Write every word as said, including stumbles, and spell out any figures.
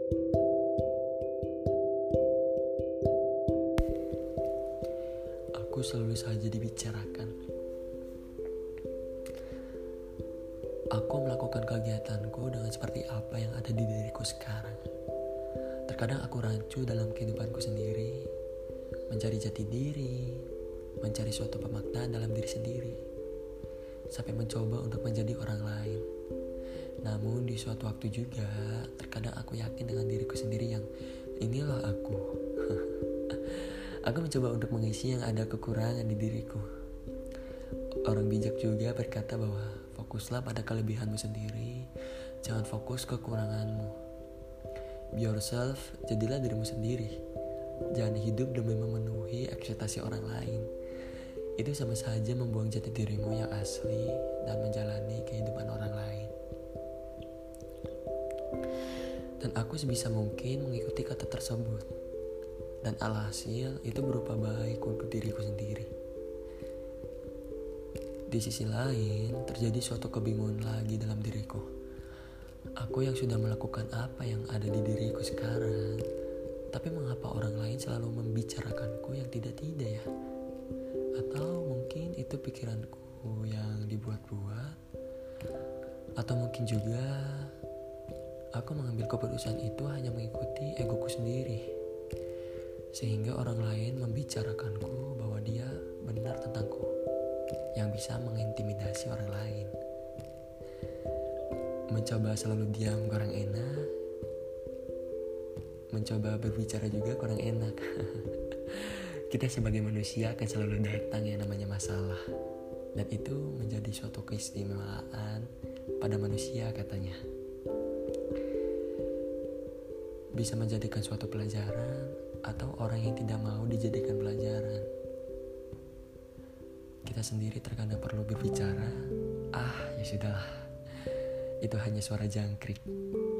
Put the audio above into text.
Aku selalu saja dibicarakan. Aku melakukan kegiatanku dengan seperti apa yang ada di diriku sekarang. Terkadang aku rancu dalam kehidupanku sendiri, mencari jati diri, mencari suatu pemaknaan dalam diri sendiri, sampai mencoba untuk menjadi orang lain. Namun di suatu waktu juga, terkadang aku yakin dengan diriku sendiri yang inilah aku. Aku mencoba untuk mengisi yang ada kekurangan di diriku. Orang bijak juga berkata bahwa fokuslah pada kelebihanmu sendiri, jangan fokus kekuranganmu. Be yourself, jadilah dirimu sendiri. Jangan hidup demi memenuhi ekspektasi orang lain. Itu sama saja membuang jati dirimu yang asli dan menjalani kehidupan orang lain. Dan aku sebisa mungkin mengikuti kata tersebut. Dan alhasil itu berupa baik untuk diriku sendiri. Di sisi lain, terjadi suatu kebingungan lagi dalam diriku. Aku yang sudah melakukan apa yang ada di diriku sekarang, tapi mengapa orang lain selalu membicarakanku yang tidak-tidak ya? Atau mungkin itu pikiranku yang dibuat-buat? Atau mungkin juga aku mengambil keputusan itu hanya mengikuti egoku sendiri, sehingga orang lain membicarakanku bahwa dia benar tentangku, yang bisa mengintimidasi orang lain. Mencoba selalu diam kurang enak, mencoba berbicara juga kurang enak. Kita sebagai manusia akan selalu datang yang namanya masalah, dan itu menjadi suatu keistimewaan pada manusia katanya. Bisa menjadikan suatu pelajaran atau orang yang tidak mau dijadikan pelajaran. Kita sendiri terkadang perlu berbicara. Ah, ya sudahlah. Itu hanya suara jangkrik.